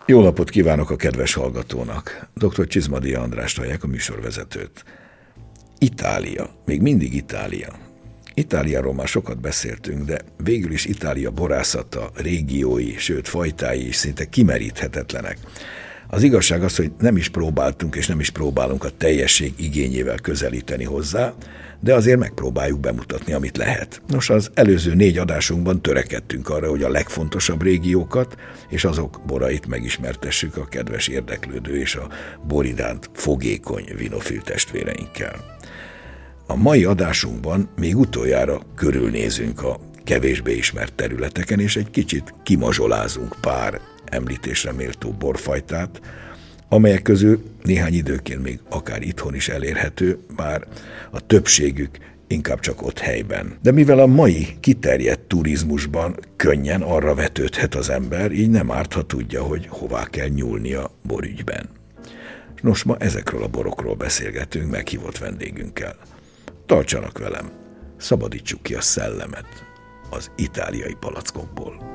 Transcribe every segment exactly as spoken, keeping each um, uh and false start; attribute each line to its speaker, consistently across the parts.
Speaker 1: Jó napot kívánok a kedves hallgatónak! doktor Csizmadia Andrást hallják, a műsorvezetőt. Itália, még mindig Itália. Itáliáról már sokat beszéltünk, de végül is Itália borászata, régiói, sőt fajtái is szinte kimeríthetetlenek. Az igazság az, hogy nem is próbáltunk és nem is próbálunk a teljesség igényével közelíteni hozzá, de azért megpróbáljuk bemutatni, amit lehet. Nos, az előző négy adásunkban törekedtünk arra, hogy a legfontosabb régiókat és azok borait megismertessük a kedves érdeklődő és a bor iránt fogékony vinofil testvéreinkkel. A mai adásunkban még utoljára körülnézünk a kevésbé ismert területeken, és egy kicsit kimazsolázunk pár említésre méltó borfajtát, amelyek közül néhány időként még akár itthon is elérhető, bár a többségük inkább csak ott helyben. De mivel a mai kiterjedt turizmusban könnyen arra vetődhet az ember, így nem árt, ha tudja, hogy hová kell nyúlnia borügyben. Nos, ma ezekről a borokról beszélgetünk meghívott vendégünkkel. Tartsanak velem, szabadítsuk ki a szellemet az itáliai palackokból.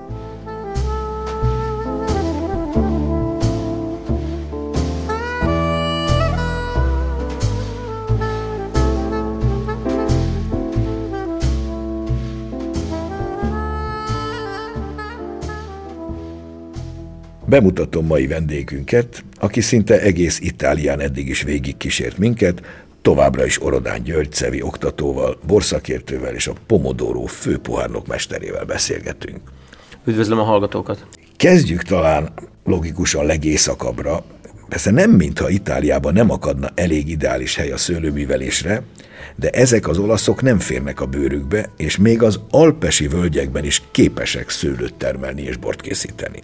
Speaker 1: Bemutatom mai vendégünket, aki szinte egész Itálián eddig is végigkísért minket, továbbra is Orodán György cevi oktatóval, borszakértővel és a Pomodoro főpohárnok mesterével beszélgetünk.
Speaker 2: Üdvözlöm a hallgatókat!
Speaker 1: Kezdjük talán logikusan legészakabbra. Persze nem mintha Itáliában nem akadna elég ideális hely a szőlőművelésre, de ezek az olaszok nem férnek a bőrükbe, és még az alpesi völgyekben is képesek szőlőt termelni és bort készíteni.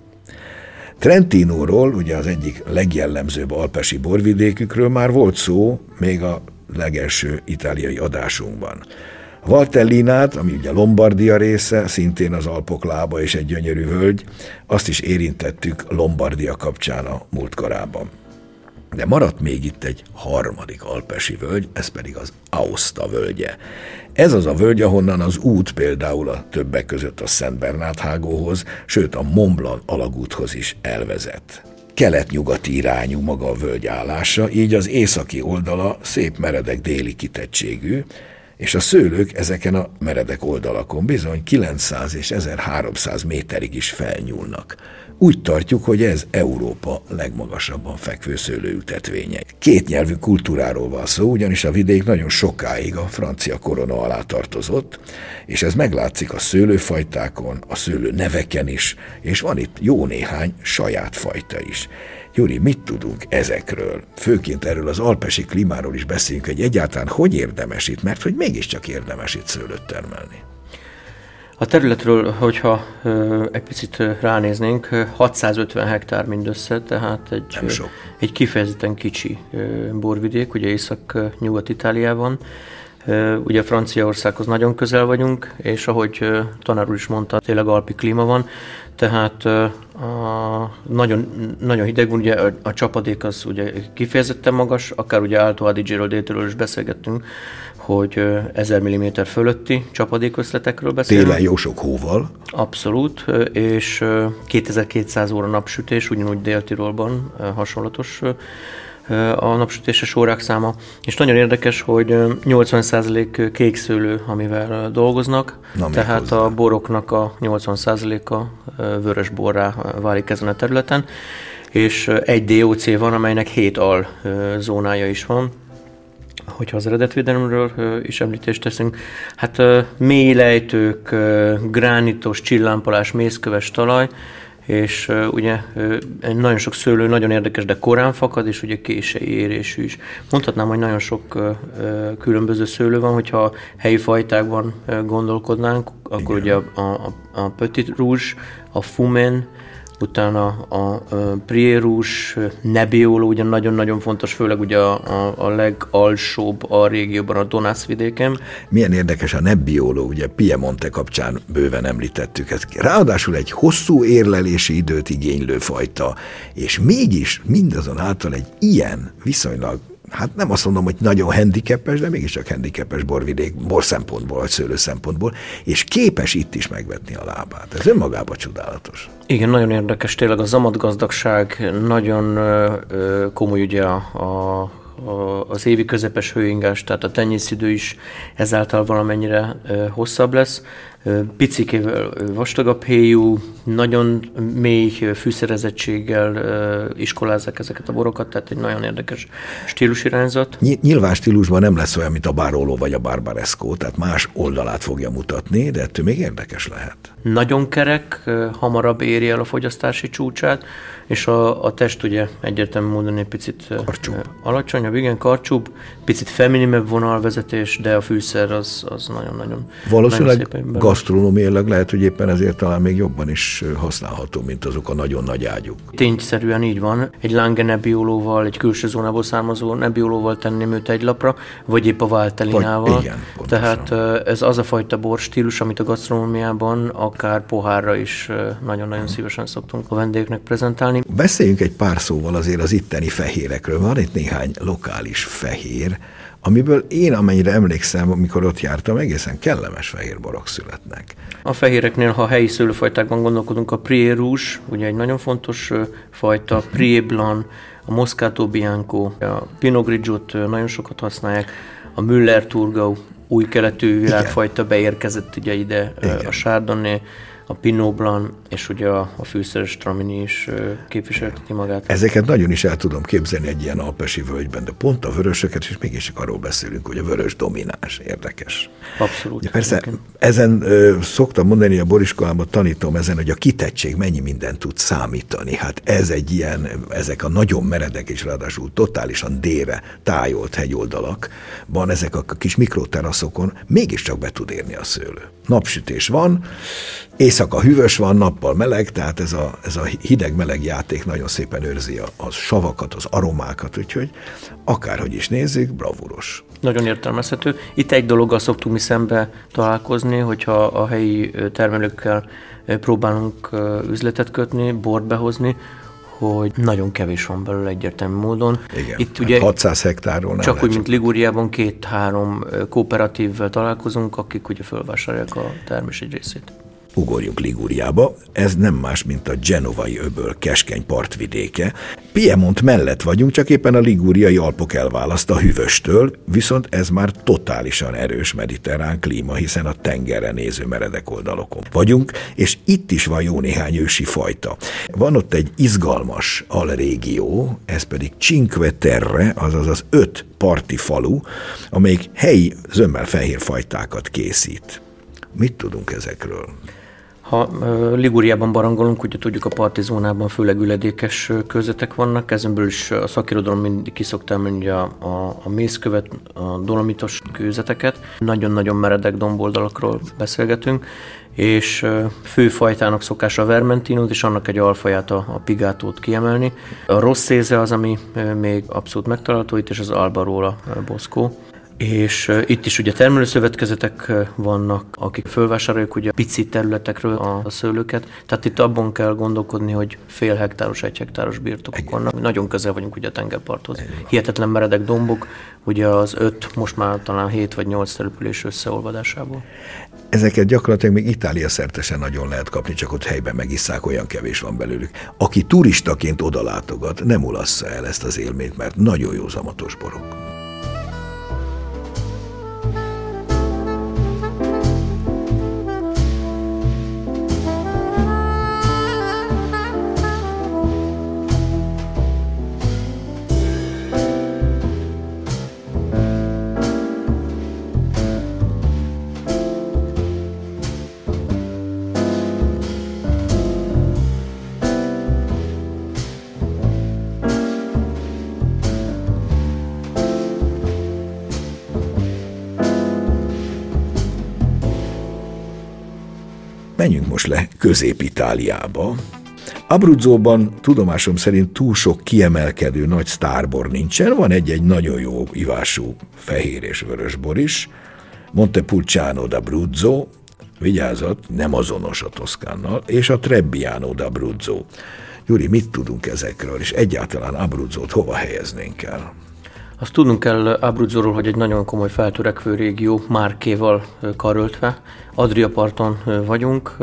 Speaker 1: Trentinóról, ugye az egyik legjellemzőbb alpesi borvidékükről már volt szó, még a legelső itáliai adásunkban. Valtellinát, ami ugye Lombardia része, szintén az Alpok lába és egy gyönyörű völgy, azt is érintettük Lombardia kapcsán a múltkorában. De maradt még itt egy harmadik alpesi völgy, ez pedig az Aosta völgye. Ez az a völgy, ahonnan az út például a többek között a Szent Bernát hágóhoz, sőt a Mont Blanc alagúthoz is elvezet. Kelet-nyugati irányú maga a völgy állása, így az északi oldala szép meredek déli kitettségű, és a szőlők ezeken a meredek oldalakon bizony kilencszáz és ezerháromszáz méterig is felnyúlnak. Úgy tartjuk, hogy ez Európa legmagasabban fekvő szőlőültetvénye. Kétnyelvű kultúráról van szó, ugyanis a vidék nagyon sokáig a francia korona alá tartozott, és ez meglátszik a szőlőfajtákon, a szőlő neveken is, és van itt jó néhány saját fajta is. Gyuri, mit tudunk ezekről? Főként erről az alpesi klímáról is beszéljünk, hogy egyáltalán hogy érdemes itt, mert hogy mégiscsak érdemes itt szőlőt termelni.
Speaker 2: A területről, hogyha ö, egy picit ránéznénk, hatszázötven hektár mindössze, tehát egy, egy kifejezetten kicsi ö, borvidék, ugye Észak-Nyugat-Itáliában. Ö, ugye Franciaországhoz nagyon közel vagyunk, és ahogy ö, tanár úr is mondta, tényleg alpi klíma van, tehát ö, a, nagyon, nagyon hideg, ugye a, a csapadék az ugye kifejezetten magas, akár ugye Alto Adige-ről, déltől is beszélgettünk, hogy ezer milliméter fölötti csapadékösszletekről beszélünk.
Speaker 1: Télen jó sok hóval.
Speaker 2: Abszolút, és kétezer-kétszáz óra napsütés, ugyanúgy Dél-Tirolban hasonlatos a napsütéses órák száma. És nagyon érdekes, hogy nyolcvan százalék kékszőlő, amivel dolgoznak, Na, tehát hozzá. A boroknak a nyolcvan százaléka vörös borrá válik ezen a területen, és egy dé o cé van, amelynek hét al zónája is van. Hogyha az eredetvédelemről is említést teszünk, hát mély lejtők, gránitos, csillámpalás, mészköves talaj, és ugye nagyon sok szőlő, nagyon érdekes, de korán fakad, és ugye késői érésű is. Mondhatnám, hogy nagyon sok különböző szőlő van, hogyha helyi fajtákban gondolkodnánk, akkor Igen. ugye a, a, a Petit Rouge, a Fumen, utána a, a Pré Rouge, Nebbiolo, ugye nagyon-nagyon fontos, főleg ugye a, a, a legalsóbb a régióban, a Donász vidéken.
Speaker 1: Milyen érdekes a Nebbiolo, ugye Piemonte kapcsán bőven említettük ezt. Ráadásul egy hosszú érlelési időt igénylő fajta, és mégis mindazonáltal egy ilyen viszonylag hát nem azt mondom, hogy nagyon handicapes, de mégiscsak handicapes borvidék, bor szempontból, vagy szőlő szempontból, és képes itt is megvetni a lábát. Ez önmagában csodálatos.
Speaker 2: Igen, nagyon érdekes, tényleg a zamatgazdagság nagyon ö, komoly ugye a, a az évi közepes hőingás, tehát a tenyészidő is ezáltal valamennyire hosszabb lesz. Picikével vastagabb héjú, nagyon mély fűszerezettséggel iskolázzák ezeket a borokat, tehát egy nagyon érdekes stílusirányzat.
Speaker 1: Nyilván stílusban nem lesz olyan, mint a Barolo vagy a Barbaresco, tehát más oldalát fogja mutatni, de ettől még érdekes lehet. Nagyon
Speaker 2: kerek, hamarabb éri el a fogyasztási csúcsát, és a, a test ugye egyértelmű módon egy picit
Speaker 1: karcsúbb.
Speaker 2: Alacsonyabb, igen, karcsúbb, picit feminimebb vonalvezetés, de a fűszer az, az nagyon-nagyon
Speaker 1: valószínűleg gasztronómiailag lehet, hogy éppen ezért talán még jobban is használható, mint azok a nagyon nagy ágyuk.
Speaker 2: Tényszerűen így van. Egy Lange Nebbiolóval, egy külső zónából származó Nebbiolóval tenném őt egy lapra, vagy épp a Valtellinával.
Speaker 1: Vagy, igen,
Speaker 2: Tehát ez az a fajta borstílus, amit a gasztronómiában akár pohárra is nagyon-nagyon szívesen szoktunk a vendégeknek prezentálni.
Speaker 1: Beszéljünk egy pár szóval azért az itteni fehérekről. Van itt néhány lokális fehér, amiből én, amennyire emlékszem, amikor ott jártam, egészen kellemes fehérborok születnek.
Speaker 2: A fehéreknél, ha helyi szőlőfajtákban gondolkodunk, a Prié Rouge, ugye egy nagyon fontos fajta, Prié Blanc, a Moscato Bianco, a Pinot Grigiot nagyon sokat használják, a Müller Thurgau új keletű világfajta beérkezett ugye ide, igen. A Chardonnay, a Pinot Blanc, és ugye a, a fűszeres Tramini is képviselteti magát.
Speaker 1: Ezeket nagyon is el tudom képzelni egy ilyen alpesi völgyben, de pont a vörösöket, és mégis csak arról beszélünk, hogy a vörös domináns, érdekes.
Speaker 2: Abszolút.
Speaker 1: Ja, persze egyébként. Ezen ö, szoktam mondani, a boriskolában tanítom ezen, hogy a kitettség mennyi mindent tud számítani. Hát ez egy ilyen, ezek a nagyon meredek és ráadásul totálisan délre tájolt hegyoldalakban, ezek a kis mikroteraszokon mégiscsak be tud érni a szőlő. Napsütés van, éjszaka hűvös van, nappal meleg, tehát ez a, ez a hideg-meleg játék nagyon szépen őrzi a, a savakat, az aromákat, úgyhogy akárhogy is nézzük, bravúros.
Speaker 2: Nagyon értelmezhető. Itt egy dologgal szoktunk mi szembe találkozni, hogyha a helyi termelőkkel próbálunk üzletet kötni, bort behozni, hogy nagyon kevés van belőle egyértelmű módon.
Speaker 1: Igen, itt ugye hatszáz hektárról nem
Speaker 2: csak úgy, mint Liguriában két-három kooperatívvel találkozunk, akik ugye fölvásárolják a termés egy részét.
Speaker 1: Ugorjunk Liguriába, ez nem más, mint a genovai öböl keskeny partvidéke. Piemont mellett vagyunk, csak éppen a liguriai Alpok elválaszt a hűvöstől, viszont ez már totálisan erős mediterrán klíma, hiszen a tengerre néző meredek oldalokon vagyunk, és itt is van jó néhány ősi fajta. Van ott egy izgalmas alrégió, ez pedig Cinque Terre, azaz az öt parti falu, amelyik helyi zömmel fehér fajtákat készít. Mit tudunk ezekről?
Speaker 2: Ha Liguriában barangolunk, ugye tudjuk, a parti zónában főleg üledékes körzetek vannak, ezenből is a szakirodalom mindig ki szokta emelni a, a, a mészkövet, a dolomitos kőzeteket. Nagyon-nagyon meredek domboldalakról beszélgetünk, és fő fajtának szokása a Vermentinót, és annak egy alfaját, a, a Pigátót kiemelni. A Rossese az, ami még abszolút megtalálható itt, és az Albarola Bosco. És uh, itt is ugye termelőszövetkezetek uh, vannak, akik fölvásárolják ugye pici területekről a, a szőlőket, tehát itt abban kell gondolkodni, hogy fél hektáros, egy hektáros birtokok vannak. Nagyon közel vagyunk ugye a tengerparthoz. Hihetetlen meredek dombok, ugye az öt, most már talán hét vagy nyolc település összeolvadásából.
Speaker 1: Ezeket gyakorlatilag még Itália szertesen nagyon lehet kapni, csak ott helyben megisszák, olyan kevés van belőlük. Aki turistaként oda látogat, nem ulassza el ezt az élményt, mert nagyon jó zamatos borok. Menjünk most le Közép-Itáliába. Abruzzóban tudomásom szerint túl sok kiemelkedő nagy sztárbor nincsen, van egy-egy nagyon jó ivású fehér és vörös bor is. Montepulciano d'Abruzzo, vigyázat, nem azonos a Toszkánnal, és a Trebbiano d'Abruzzo. Gyuri, mit tudunk ezekről, és egyáltalán Abruzzót hova helyeznénk el?
Speaker 2: Azt tudnunk kell Abruzzóról, hogy egy nagyon komoly feltörekvő régió, Markéval karöltve. Adria parton vagyunk,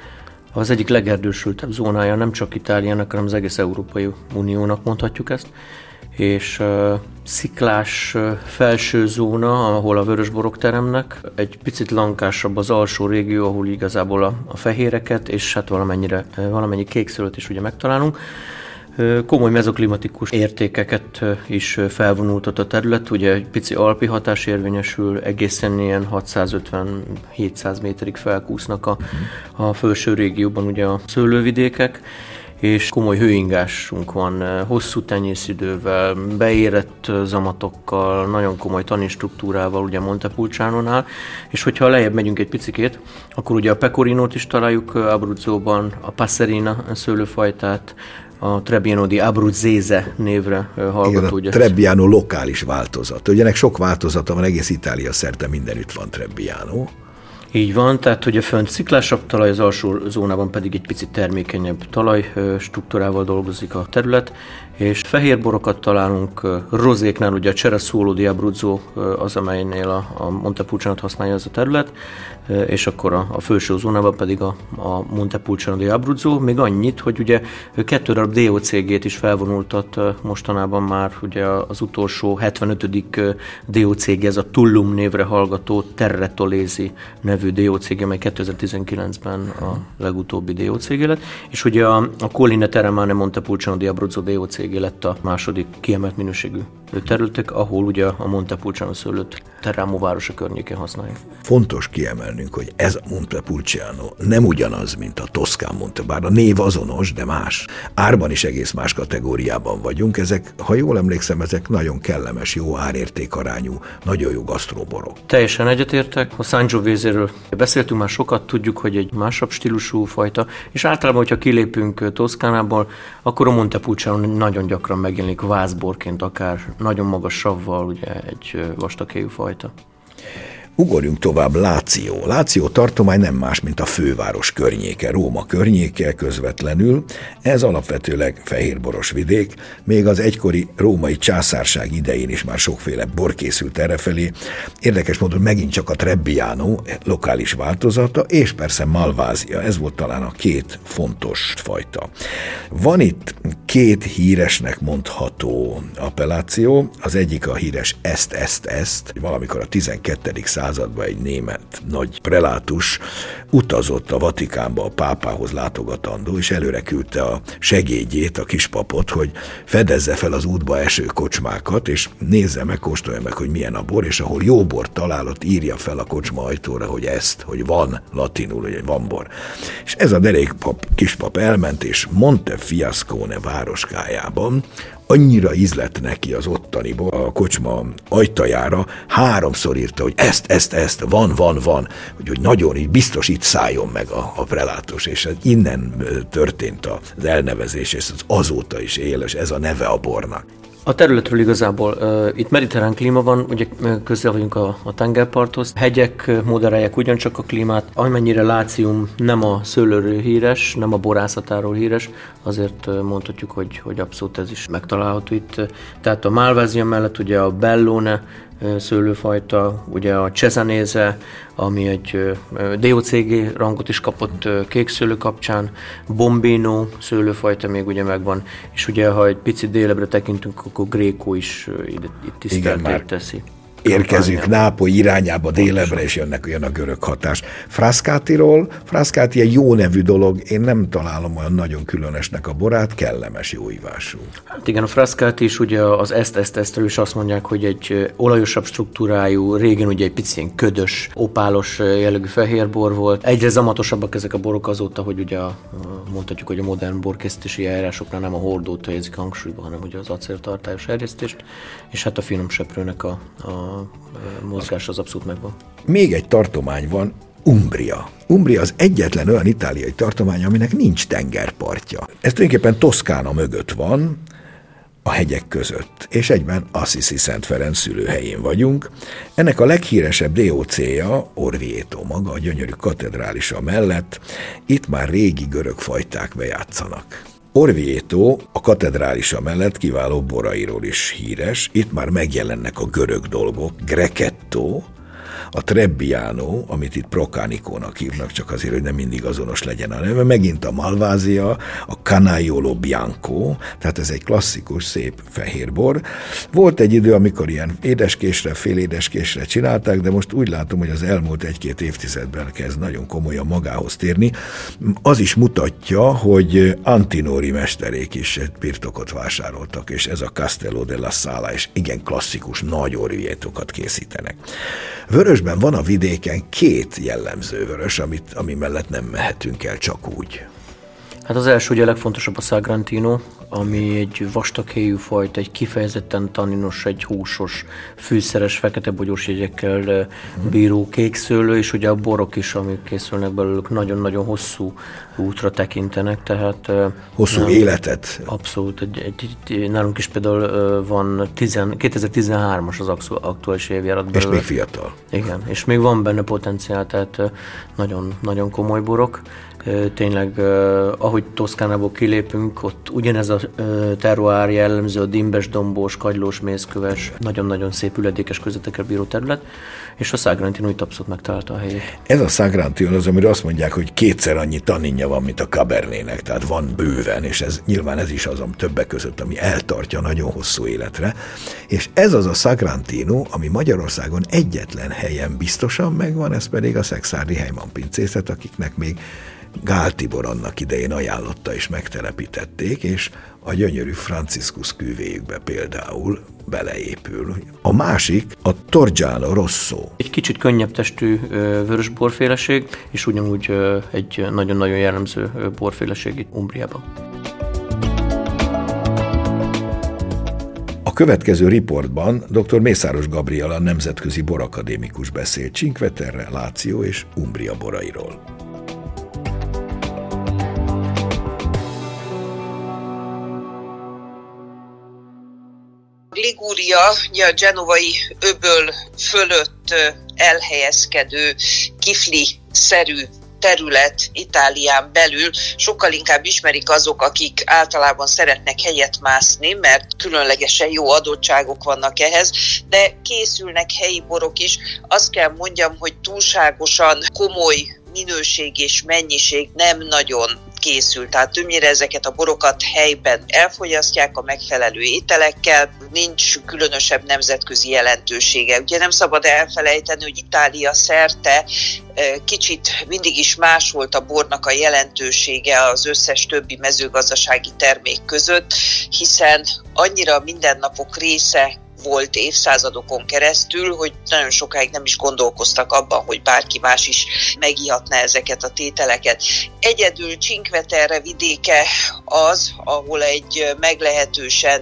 Speaker 2: az egyik legerdősültebb zónája nem csak Itáliának, hanem az egész Európai Uniónak mondhatjuk ezt. És uh, sziklás uh, felső zóna, ahol a vörösborok teremnek, egy picit lankásabb az alsó régió, ahol igazából a, a fehéreket, és hát valamennyire, uh, valamennyi kékszőlőt is ugye megtalálunk. Uh, komoly mezoklimatikus értékeket uh, is felvonultat a terület, ugye egy pici alpi hatás érvényesül, egészen ilyen hatszázötven-hétszáz méterig felkúsznak a, a felső régióban ugye a szőlővidékek, és komoly hőingásunk van, hosszú tenyészidővel, beérett zamatokkal, nagyon komoly tanistruktúrával, ugye Montepulcianónál, és hogyha lejjebb megyünk egy picikét, akkor ugye a pecorinót is találjuk Abruzzóban, a passerina szőlőfajtát, a Trebbiano di Abruzzese névre hallgató.
Speaker 1: Igen, a Trebbiano lokális változat. Ugye ennek sok változata van, egész Itália szerte mindenütt van Trebbiano.
Speaker 2: Így van, tehát ugye fönt sziklásabb talaj, az alsó zónában pedig egy picit termékenyebb talaj struktúrával dolgozik a terület, és fehér borokat találunk, rozéknál ugye a Cerasuolo di Abruzzo az, amelynél a, a Montepulcianót használja ez a terület, és akkor a, a felső zónában pedig a, a Montepulciano di Abruzzo, még annyit, hogy ugye kettő darab dé o cé gét is felvonultat mostanában már, ugye az utolsó hetvenötödik dé o cé gé, ez a Tullum névre hallgató Terre Tollesi nevű dé o cé gé, amely kétezer-tizenkilencben a legutóbbi dé o cé gé lett, és ugye a, a Colline Teremane Montepulciano di Abruzzo dé o cé gé lett a második kiemelt minőségű területek, ahol ugye a Montepulciano szőlőt Teramo városa környékén használják.
Speaker 1: Fontos kiemelnünk, hogy ez a Montepulciano nem ugyanaz, mint a Toszkán Monte, bár a név azonos, de más. Árban is egész más kategóriában vagyunk. Ezek, ha jól emlékszem, ezek nagyon kellemes, jó árértékarányú, nagyon jó gasztróborok.
Speaker 2: Teljesen egyetértek. A Sangiovese-ről beszéltünk már sokat, tudjuk, hogy egy másabb stílusú fajta, és általában, hogyha kilépünk Toszkánából, akkor a Montepulciano nagyon gyakran megjelenik vászborként, akár nagyon magas savval, ugye egy vastaghéjú fajta.
Speaker 1: Ugorjunk tovább, Láció. Láció tartomány nem más, mint a főváros környéke, Róma környéke közvetlenül. Ez alapvetőleg fehérboros vidék, még az egykori római császárság idején is már sokféle bor készült errefelé. Érdekes módon megint csak a Trebbiano lokális változata, és persze Malvasia, ez volt talán a két fontos fajta. Van itt két híresnek mondható appelláció, az egyik a híres ezt, ezt, ezt, valamikor a tizenkettedik században egy német nagy prelátus utazott a Vatikánba a pápához látogatandó, és előre küldte a segédjét, a kispapot, hogy fedezze fel az útba eső kocsmákat, és nézze meg, kóstolja meg, hogy milyen a bor, és ahol jó bort találott, írja fel a kocsma ajtóra, hogy ezt, hogy van, latinul, hogy van bor. És ez a derékpap, kispap elment, és Montefiascone városkájában annyira ízlett neki az ottani bor, a kocsma ajtajára, háromszor írta, hogy ezt, ezt, ezt, van, van, van, hogy, hogy nagyon így biztos itt szálljon meg a, a prelátus, és ez innen történt az elnevezés, és az azóta is él, és ez a neve a bornak.
Speaker 2: A területről igazából uh, itt mediterrán klíma van, ugye közel vagyunk a, a tengerparthoz. Hegyek moderálják ugyancsak a klímát, amennyire Lácium nem a szőlőről híres, nem a borászatáról híres, azért uh, mondhatjuk, hogy, hogy abszolút ez is megtalálható itt. Tehát a Malvasia mellett ugye a Bellone szőlőfajta, ugye a Cesanese, ami egy dé o cé gé rangot is kapott kékszőlő kapcsán, Bombino szőlőfajta még ugye megvan, és ugye ha egy picit délebbre tekintünk, akkor Greco is itt tiszteltét teszi.
Speaker 1: Érkezünk Nápoly irányába délebre, és jönnek, jön a görög hatás. Frascatiról, Frascati egy jó nevű dolog, én nem találom olyan nagyon különösnek a borát, kellemes, jó ívású.
Speaker 2: Hát igen, a Frascati is ugye az ezt, ezt, ezt is azt mondják, hogy egy olajosabb struktúrájú, régen ugye egy picit ködös, opálos jellegű fehérbor volt. Egyre zamatosabbak ezek a borok azóta, hogy ugye a, mondhatjuk, hogy a modern borkészítési eljárásoknál nem a hordót helyezik hangsúlyba, hanem ugye az acéltartályos erjesztést, és hát a finom seprőnek a, a a mozgás az abszolút megvan.
Speaker 1: Még egy tartomány van, Umbria. Umbria az egyetlen olyan itáliai tartomány, aminek nincs tengerpartja. Ez tulajdonképpen Toszkána mögött van, a hegyek között, és egyben Assisi Szent Ferenc szülőhelyén vagyunk. Ennek a leghíresebb dé o cé-ja Orvieto maga, a gyönyörű katedrálisa mellett. Itt már régi görög fajták bejátszanak. Orvieto a katedrálisa mellett kiváló borairól is híres. Itt már megjelennek a görög dolgok, Grechetto, a Trebbiano, amit itt Procanicónak hívnak, csak azért, hogy nem mindig azonos legyen a neve, megint a Malvasia, a Canaiolo Bianco, tehát ez egy klasszikus, szép fehérbor. Volt egy idő, amikor ilyen édeskésre, félédeskésre csinálták, de most úgy látom, hogy az elmúlt egy-két évtizedben kezd nagyon komolyan magához térni. Az is mutatja, hogy Antinori mesterék is egy birtokot vásároltak, és ez a Castello della Sala, és igen klasszikus, nagy orvietókat készítenek. Vörösben van a vidéken két jellemző vörös, amit, ami mellett nem mehetünk el csak úgy.
Speaker 2: Hát az első ugye a legfontosabb a Sagrantino, ami egy vastaghéjú fajta, egy kifejezetten tanninos, egy húsos, fűszeres, fekete bogyós jegyekkel bíró kékszőlő, és ugye a borok is, amik készülnek belőlük, nagyon-nagyon hosszú útra tekintenek, tehát...
Speaker 1: Hosszú nem, életet?
Speaker 2: Abszolút. Egy, egy, egy, nálunk is például van tíz, kétezer-tizenhármas az aktuális évjárat belőle.
Speaker 1: És még fiatal.
Speaker 2: Igen, és még van benne potenciál, tehát nagyon, nagyon komoly borok. Tényleg, ahogy Toszkánából kilépünk, ott ugyanez a terroár jellemző, a dimbes, dombos, kagylós, mészköves, nagyon-nagyon szép üledékes közvetekkel bíró terület, és a Sagrantino itt abszolút megtalálta a helyét.
Speaker 1: Ez a Sagrantino az, amire azt mondják, hogy kétszer annyi tanninja van, mint a Cabernének, tehát van bőven, és ez nyilván ez is az, ami többek között, ami eltartja nagyon hosszú életre, és ez az a Sagrantino, ami Magyarországon egyetlen helyen biztosan megvan, ez pedig a Szekszárdi Heimann pincészet, akiknek még Gál Tibor annak idején ajánlotta és megtelepítették, és a gyönyörű Franciscus küvéjükbe például beleépül. A másik a Torgiano Rosso.
Speaker 2: Egy kicsit könnyebb testű vörös borféleség, és ugyanúgy egy nagyon-nagyon jellemző borféleség itt Umbriában.
Speaker 1: A következő riportban dr. Mészáros Gabriella nemzetközi borakadémikus beszél Cinque Terre, Láció és Umbria borairól.
Speaker 3: Liguria, a genovai öböl fölött elhelyezkedő kifli-szerű terület Itálián belül, sokkal inkább ismerik azok, akik általában szeretnek helyet mászni, mert különlegesen jó adottságok vannak ehhez, de készülnek helyi borok is. Azt kell mondjam, hogy túlságosan komoly minőség és mennyiség nem nagyon készül. Tehát többnyire ezeket a borokat helyben elfogyasztják a megfelelő ételekkel, nincs különösebb nemzetközi jelentősége. Ugye nem szabad elfelejteni, hogy Itália szerte kicsit mindig is más volt a bornak a jelentősége az összes többi mezőgazdasági termék között, hiszen annyira mindennapok része volt évszázadokon keresztül, hogy nagyon sokáig nem is gondolkoztak abban, hogy bárki más is megihatna ezeket a tételeket. Egyedül Cinque Terre vidéke az, ahol egy meglehetősen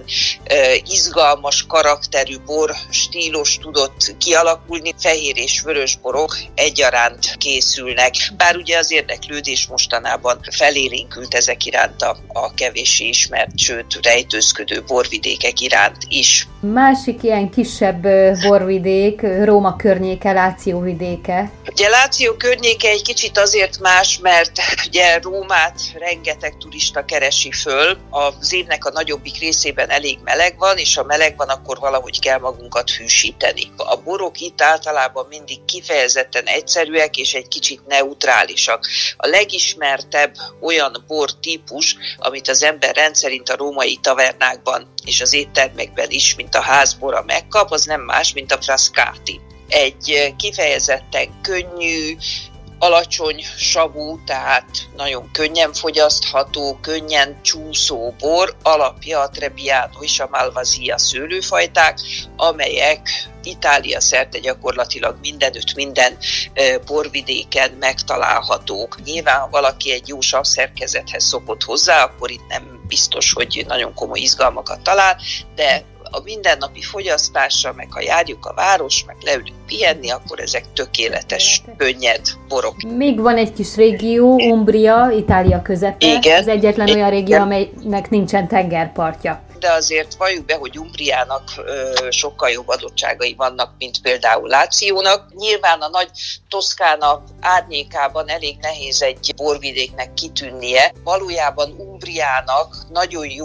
Speaker 3: izgalmas karakterű bor stílus tudott kialakulni, fehér és vörös borok egyaránt készülnek. Bár ugye az érdeklődés mostanában felélénkült ezek iránt a, a kevéssé ismert, sőt rejtőzködő borvidékek iránt is.
Speaker 4: Másik ilyen kisebb borvidék, Róma környéke, Láció vidéke.
Speaker 3: Ugye Láció környéke egy kicsit azért más, mert ugye Rómát rengeteg turista keresi föl, az évnek a nagyobbik részében elég meleg van, és ha meleg van, akkor valahogy kell magunkat hűsíteni. A borok itt általában mindig kifejezetten egyszerűek és egy kicsit neutrálisak. A legismertebb olyan bortípus, amit az ember rendszerint a római tavernákban és az éttermekben is, mint a házbora megkap, az nem más, mint a Frascati. Egy kifejezetten könnyű, alacsony savú, tehát nagyon könnyen fogyasztható, könnyen csúszó bor, alapja a Trebbiano és a Malvasia szőlőfajták, amelyek Itália szerte gyakorlatilag mindenütt, minden borvidéken megtalálhatók. Nyilván, ha valaki egy jó savszerkezethez szokott hozzá, akkor itt nem biztos, hogy nagyon komoly izgalmakat talál, de a mindennapi fogyasztásra, meg ha járjuk a város, meg leülünk pihenni, akkor ezek tökéletes, könnyed borok.
Speaker 4: Még van egy kis régió, Umbria, Itália közepe.
Speaker 3: Igen.
Speaker 4: Az egyetlen olyan régió, amelynek nincsen tengerpartja.
Speaker 3: De azért valljuk be, hogy Umbriának ö, sokkal jobb adottságai vannak, mint például Lációnak. Nyilván a nagy Toszkána árnyékában elég nehéz egy borvidéknek kitűnnie. Valójában Umbriának nagyon jó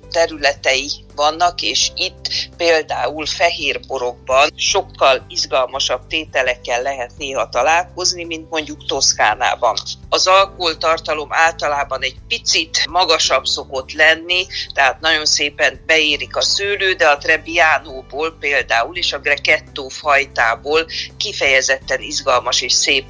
Speaker 3: területei vannak, és itt például fehérborokban sokkal izgalmasabb tételekkel lehet néha találkozni, mint mondjuk Toszkánában. Az alkoholtartalom általában egy picit magasabb szokott lenni, tehát nagyon szépen beérik a szőlő, de a Trebbianóból például és a Grechetto fajtából kifejezetten izgalmas és szép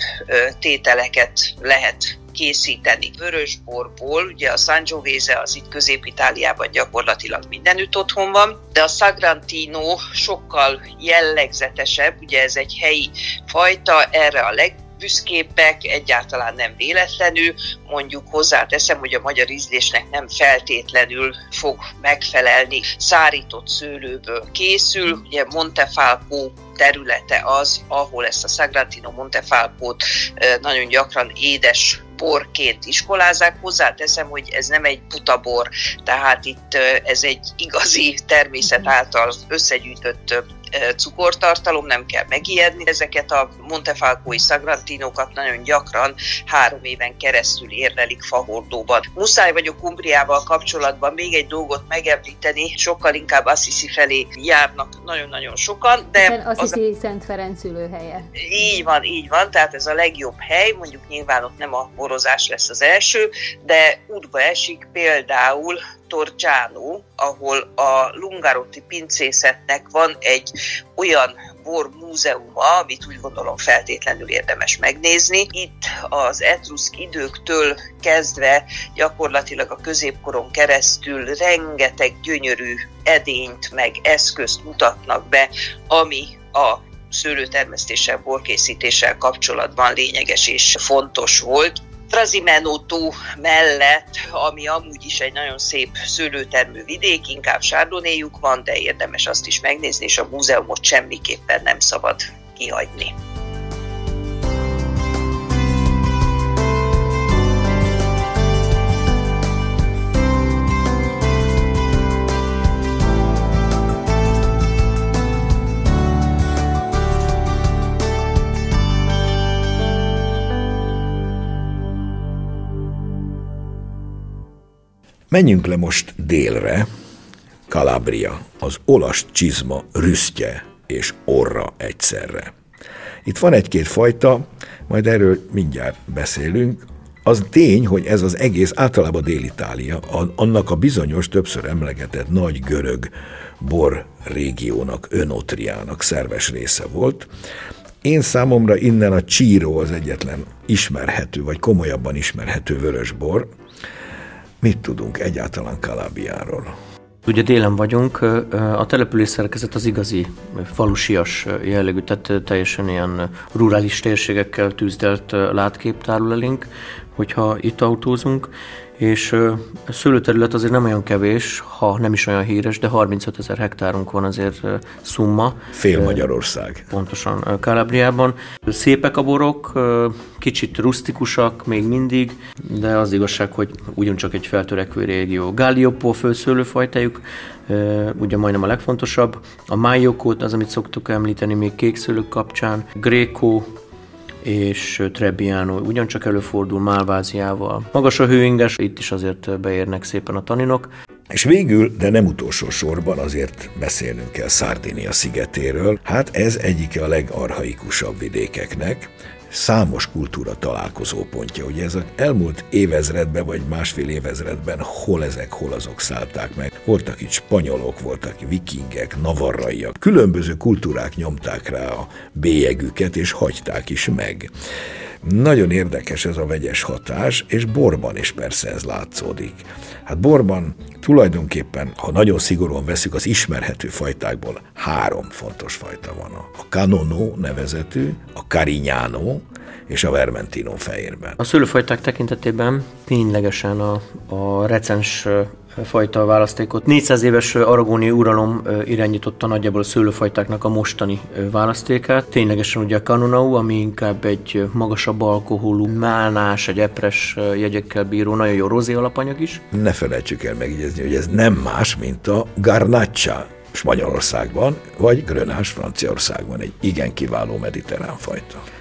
Speaker 3: tételeket lehet készíteni. Vörösborból, ugye a Sangiovese az itt Közép-Itáliában gyakorlatilag mindenütt otthon van, de a Sagrantino sokkal jellegzetesebb, ugye ez egy helyi fajta, erre a leg büszkébbek, egyáltalán nem véletlenül, mondjuk hozzáteszem, hogy a magyar ízlésnek nem feltétlenül fog megfelelni, szárított szőlőből készül, ugye Montefalco területe az, ahol ezt a Sagrantino Montefalcót nagyon gyakran édes borként iskolázzák. Hozzáteszem, hogy ez nem egy buta bor, tehát itt ez egy igazi természet által összegyűjtött cukortartalom, nem kell megijedni. Ezeket a Montefalcói Sagrantinokat nagyon gyakran három éven keresztül érlelik fahordóban. Muszáj vagyok Umbriával kapcsolatban még egy dolgot megemlíteni, sokkal inkább Assisi felé járnak nagyon-nagyon sokan, de
Speaker 4: hiszen Assisi az... Szent Ferenc szülőhelye.
Speaker 3: Így van, így van, tehát ez a legjobb hely, mondjuk nyilván ott nem a borozás lesz az első, de útba esik például Torgiano, ahol a Lungarotti pincészetnek van egy olyan bormúzeuma, amit úgy gondolom feltétlenül érdemes megnézni. Itt az etruszk időktől kezdve gyakorlatilag a középkoron keresztül rengeteg gyönyörű edényt meg eszközt mutatnak be, ami a szőlőtermesztéssel, borkészítéssel kapcsolatban lényeges és fontos volt. Trasimenotto mellett, ami amúgy is egy nagyon szép szőlőtermő vidék, inkább chardonnayjuk van, de érdemes azt is megnézni, és a múzeumot semmiképpen nem szabad kihagyni.
Speaker 1: Menjünk le most délre, Calabria, az olasz csizma rüsztje és orra egyszerre. Itt van egy-két fajta, majd erről mindjárt beszélünk. Az tény, hogy ez az egész általában Dél-Itália, annak a bizonyos, többször emlegetett nagy görög bor régiónak, Önotriának szerves része volt. Én számomra innen a Ciro az egyetlen ismerhető, vagy komolyabban ismerhető vörösbor. Mit tudunk egyáltalán Calabriáról?
Speaker 2: Ugye délen vagyunk, a település szerkezet az igazi falusias jellegű, tehát teljesen ilyen rurális térségekkel tűzdelt látkép tárul elénk, hogyha itt autózunk, és a szőlőterület azért nem olyan kevés, ha nem is olyan híres, de harmincötezer hektárunk van azért szumma.
Speaker 1: Fél Magyarország.
Speaker 2: Pontosan Calabriában. Szépek a borok, kicsit rusztikusak még mindig, de az igazság, hogy ugyancsak egy feltörekvő régió. Gallioppo főszőlőfajtájuk, ugye majdnem a legfontosabb. A Majocco, az, amit szoktuk említeni még kékszőlők kapcsán. Greco és Trebbiano ugyancsak előfordul Malváziával. Magas a hőinges, itt is azért beérnek szépen a taninok.
Speaker 1: És végül, de nem utolsó sorban azért beszélnünk kell Szardinia szigetéről. Hát ez egyike a legarchaikusabb vidékeknek, számos kultúra találkozópontja. Ugye ez az elmúlt évezredben, vagy másfél évezredben hol ezek, hol azok szállták meg. Voltak itt spanyolok, voltak vikingek, navarraiak. Különböző kultúrák nyomták rá a bélyegüket, és hagyták is meg. Nagyon érdekes ez a vegyes hatás, és borban is persze ez látszódik. Hát borban tulajdonképpen, ha nagyon szigorúan veszük, az ismerhető fajtákból három fontos fajta van. A Cannonau nevezetű, a Carignano és a Vermentino fehérben.
Speaker 2: A szőlőfajták tekintetében ténylegesen a, a recens fajta választékot. négyszáz éves aragóni uralom irányította nagyjából a szőlőfajtáknak a mostani választékát. Ténylegesen ugye a Cannonau, ami inkább egy magasabb alkoholú, málnás, egy epres jegyekkel bíró, nagyon jó rozé alapanyag is.
Speaker 1: Ne felejtsük el megjegyezni, hogy ez nem más, mint a Garnacha Spanyolországban, vagy Grenache Franciaországban, egy igen kiváló mediterrán fajta.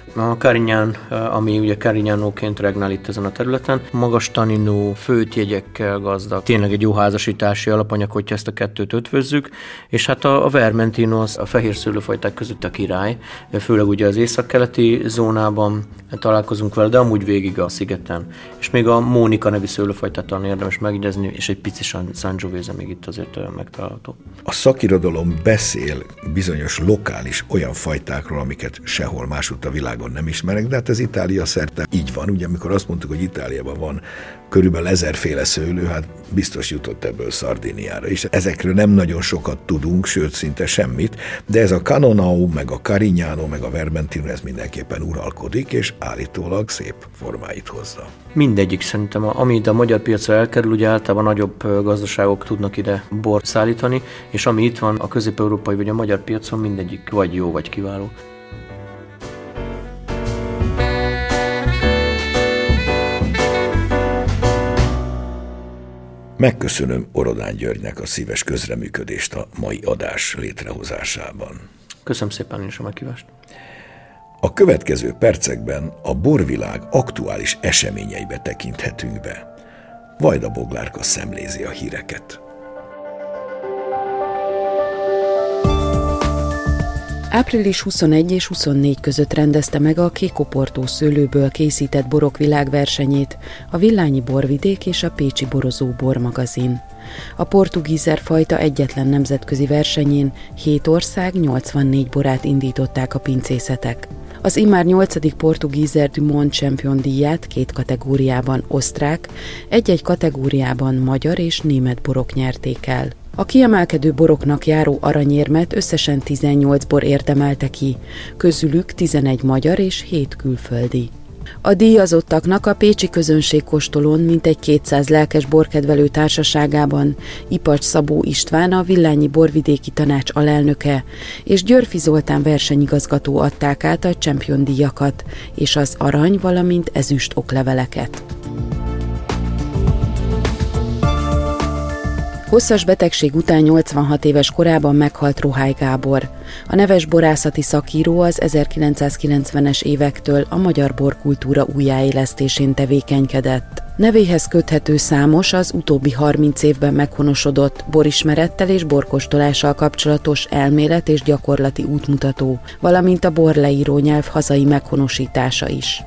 Speaker 2: A Carignán, ami ugye Carignanoként regnál itt ezen a területen, magas taninó, főtjegyekkel gazdag, tényleg egy jó házasítási alapanyag, hogyha ezt a kettőt ötvözzük, és hát a, a Vermentino az a fehér szőlőfajták között a király, főleg ugye az északkeleti zónában találkozunk vele, de amúgy végig a szigeten. És még a Mónika nevű szőlőfajtát talán érdemes megjegyezni, és egy pici Sangiovese még itt azért megtalálható.
Speaker 1: A szakirodalom beszél bizonyos lokális olyan fajtákról, amiket sehol másutt a világon nem ismerek, de hát ez Itália szerte így van. Ugye amikor azt mondtuk, hogy Itáliában van körülbelül ezerféle szőlő, hát biztos jutott ebből Szardiniára is. Ezekről nem nagyon sokat tudunk, sőt szinte semmit, de ez a Cannonau, meg a Carignano, meg a Vermentino, ez mindenképpen uralkodik, és állítólag szép formáit hozza.
Speaker 2: Mindegyik szerintem, ami ide a magyar piacra elkerül, ugye általában nagyobb gazdaságok tudnak ide bort szállítani, és ami itt van a közép-európai vagy a magyar piacon, mindegyik vagy jó, vagy kiváló.
Speaker 1: Megköszönöm Orodán Györgynek a szíves közreműködést a mai adás létrehozásában.
Speaker 2: Köszönöm szépen is a meghívást.
Speaker 1: A következő percekben a borvilág aktuális eseményeibe tekinthetünk be. Vajda Boglárka szemlézi a híreket.
Speaker 5: április huszonegyedike és huszonnegyedike között rendezte meg a Kékoportó szőlőből készített borok világversenyét a Villányi Borvidék és a Pécsi Borozó Bormagazin. A portugízer fajta egyetlen nemzetközi versenyén hét ország nyolcvannégy borát indították a pincészetek. Az immár nyolcadik portugízer Du Monde Champion díját két kategóriában osztrák, egy-egy kategóriában magyar és német borok nyerték el. A kiemelkedő boroknak járó aranyérmet összesen tizennyolc bor érdemelte ki, közülük tizenegy magyar és hét külföldi. A díjazottaknak a pécsi közönségkóstolón mintegy kétszáz lelkes borkedvelő társaságában Ipacs Szabó István, a Villányi Borvidéki Tanács alelnöke, és Györfi Zoltán versenyigazgató adták át a Champion díjakat és az arany, valamint ezüst okleveleket. Hosszas betegség után nyolcvanhat éves korában meghalt Rohály Gábor. A neves borászati szakíró az ezerkilencszázkilencvenes évektől a magyar borkultúra újjáélesztésén tevékenykedett. Nevéhez köthető számos az utóbbi harminc évben meghonosodott borismerettel és borkóstolással kapcsolatos elmélet és gyakorlati útmutató, valamint a borleíró nyelv hazai meghonosítása is.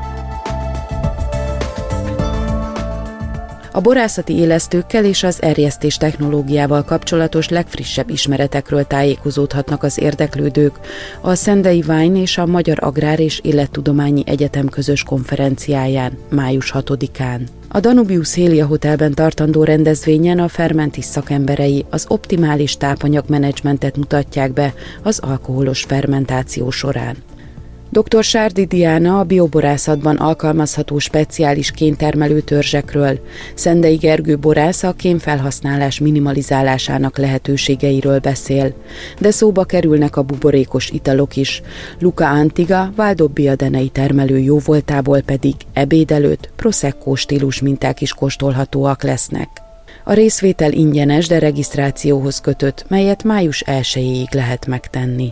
Speaker 5: A borászati élesztőkkel és az erjesztés technológiával kapcsolatos legfrissebb ismeretekről tájékozódhatnak az érdeklődők a Szendei Wine és a Magyar Agrár és Élettudományi Egyetem közös konferenciáján, május hatodikán. A Danubius Hélia Hotelben tartandó rendezvényen a Fermentis szakemberei az optimális tápanyagmenedzsmentet mutatják be az alkoholos fermentáció során. doktor Sárdi Diana a bioborászatban alkalmazható speciális kéntermelő törzsekről, Szendei Gergő borász a kénfelhasználás minimalizálásának lehetőségeiről beszél, de szóba kerülnek a buborékos italok is. Luca Antiga, Valdobbiadenei termelő jóvoltából pedig ebéd előtt prosecco stílus minták is kóstolhatóak lesznek. A részvétel ingyenes, de regisztrációhoz kötött, melyet május elsejéig lehet megtenni.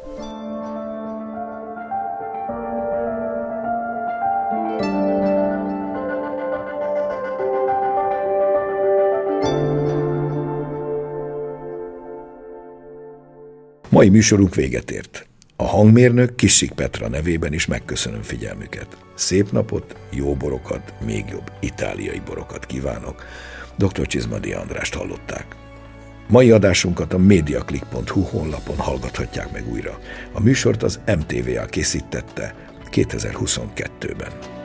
Speaker 1: Mai műsorunk véget ért. A hangmérnök Kissik Petra nevében is megköszönöm figyelmüket. Szép napot, jó borokat, még jobb itáliai borokat kívánok. doktor Csizmadia Andrást hallották. Mai adásunkat a mediaclick pont hu honlapon hallgathatják meg újra. A műsort az em té vé á készítette kétezer-huszonkettőben.